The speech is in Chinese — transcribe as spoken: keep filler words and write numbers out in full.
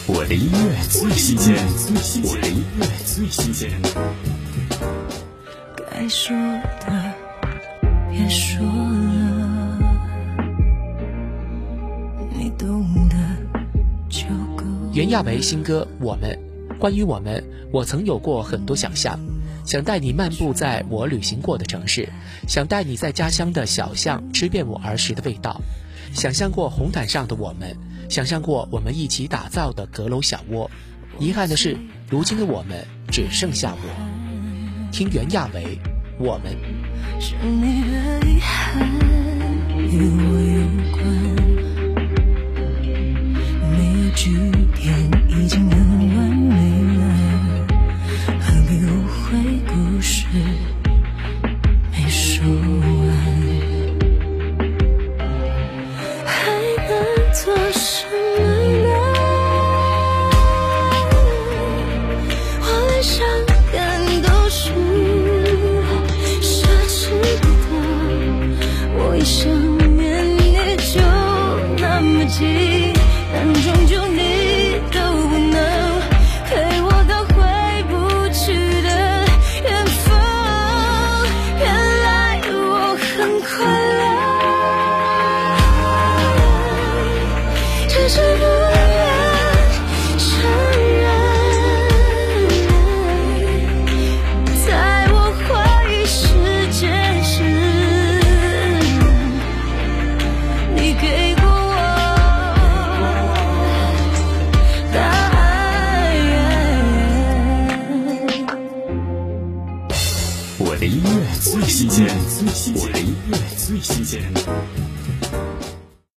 我的音乐最新鲜，我的音乐最新鲜。 该说的别说了，你懂得就够。 袁娅维新歌《我们》，关于我们，我曾有过很多想象，想带你漫步在我旅行过的城市，想带你在家乡的小巷吃遍我儿时的味道，想象过红毯上的我们，想象过我们一起打造的阁楼小窝。遗憾的是，如今的我们只剩下我。听袁娅维《我们》。 是你的遗憾与我有关，没有句点已经很完美了，何必误会故事没说完，还能做什么呢？我连伤感都是奢侈的，我一想念你就那么近，但终究你都不能陪我到回不去的远方。原来我很快乐，只是不愿承认，在我怀疑世界时，你给过我答案。 我的音乐最新鲜，我的音乐最新鲜。